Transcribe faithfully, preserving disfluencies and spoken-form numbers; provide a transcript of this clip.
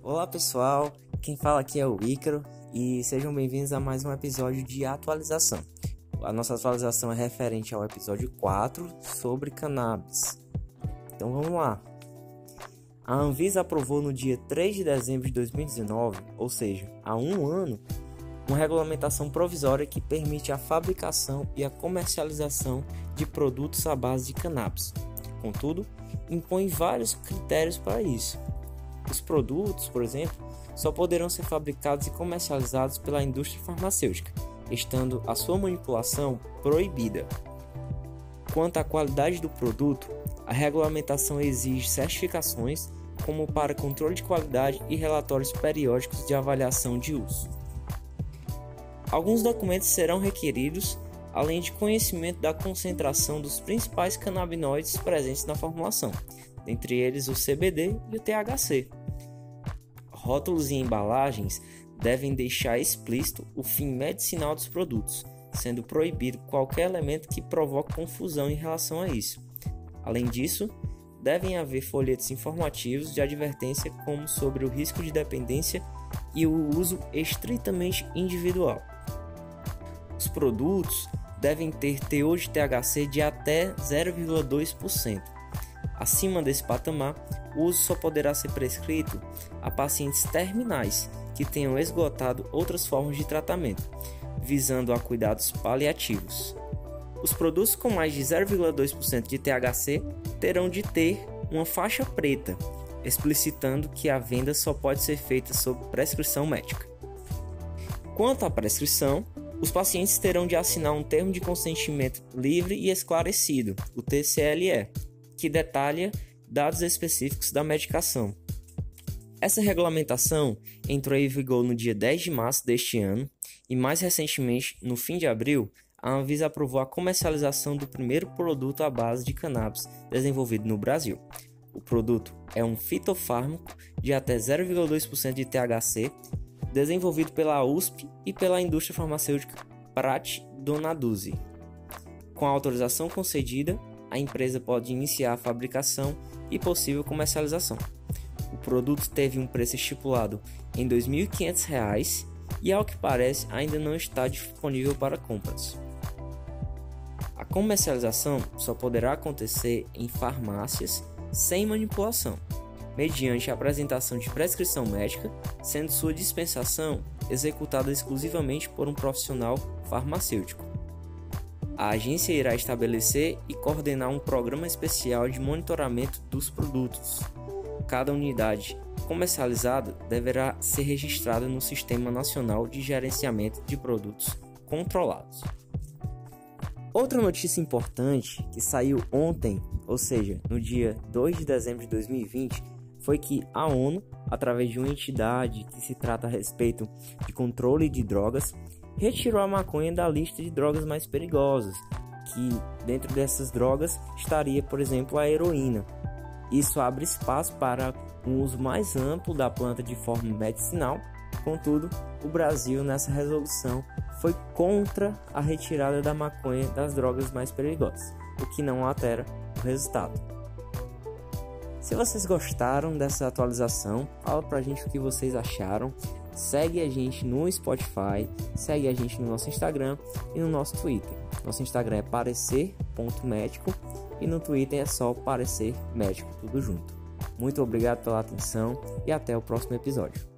Olá pessoal, quem fala aqui é o Ícaro e sejam bem-vindos a mais um episódio de atualização. A nossa atualização é referente ao episódio quatro sobre cannabis. Então vamos lá. A Anvisa aprovou no dia três de dezembro de dois mil e dezenove, ou seja, há um ano, uma regulamentação provisória que permite a fabricação e a comercialização de produtos à base de cannabis. Contudo, impõe vários critérios para isso. Os produtos, por exemplo, só poderão ser fabricados e comercializados pela indústria farmacêutica, estando a sua manipulação proibida. Quanto à qualidade do produto, a regulamentação exige certificações, como para controle de qualidade e relatórios periódicos de avaliação de uso. Alguns documentos serão requeridos, além de conhecimento da concentração dos principais canabinoides presentes na formulação, dentre eles o C B D e o T H C. Rótulos e embalagens devem deixar explícito o fim medicinal dos produtos, sendo proibido qualquer elemento que provoque confusão em relação a isso. Além disso, devem haver folhetos informativos de advertência como sobre o risco de dependência e o uso estritamente individual. Os produtos devem ter teor de T H C de até zero vírgula dois por cento. Acima desse patamar, o uso só poderá ser prescrito a pacientes terminais que tenham esgotado outras formas de tratamento, visando a cuidados paliativos. Os produtos com mais de zero vírgula dois por cento de T H C terão de ter uma faixa preta, explicitando que a venda só pode ser feita sob prescrição médica. Quanto à prescrição, os pacientes terão de assinar um termo de consentimento livre e esclarecido, o T C L E, que detalha dados específicos da medicação. Essa regulamentação entrou em vigor no dia dez de março deste ano e, mais recentemente, no fim de abril, a Anvisa aprovou a comercialização do primeiro produto à base de cannabis desenvolvido no Brasil. O produto é um fitofármaco de até zero vírgula dois por cento de T H C, desenvolvido pela U S P e pela indústria farmacêutica Prat Donaduse. Com a autorização concedida, a empresa pode iniciar a fabricação e possível comercialização. O produto teve um preço estipulado em dois mil e quinhentos reais e, ao que parece, ainda não está disponível para compras. A comercialização só poderá acontecer em farmácias sem manipulação, mediante a apresentação de prescrição médica, sendo sua dispensação executada exclusivamente por um profissional farmacêutico. A agência irá estabelecer e coordenar um programa especial de monitoramento dos produtos. Cada unidade comercializada deverá ser registrada no Sistema Nacional de Gerenciamento de Produtos Controlados. Outra notícia importante que saiu ontem, ou seja, no dia dois de dezembro de dois mil e vinte, foi que a ONU, através de uma entidade que se trata a respeito de controle de drogas, retirou a maconha da lista de drogas mais perigosas, que dentro dessas drogas estaria, por exemplo, a heroína. Isso abre espaço para um uso mais amplo da planta de forma medicinal. Contudo, o Brasil, nessa resolução, foi contra a retirada da maconha das drogas mais perigosas, o que não altera o resultado. Se vocês gostaram dessa atualização, fala pra gente o que vocês acharam. Segue a gente no Spotify, segue a gente no nosso Instagram e no nosso Twitter. Nosso Instagram é parecer ponto médico e no Twitter é só parecer médico, tudo junto. Muito obrigado pela atenção e até o próximo episódio.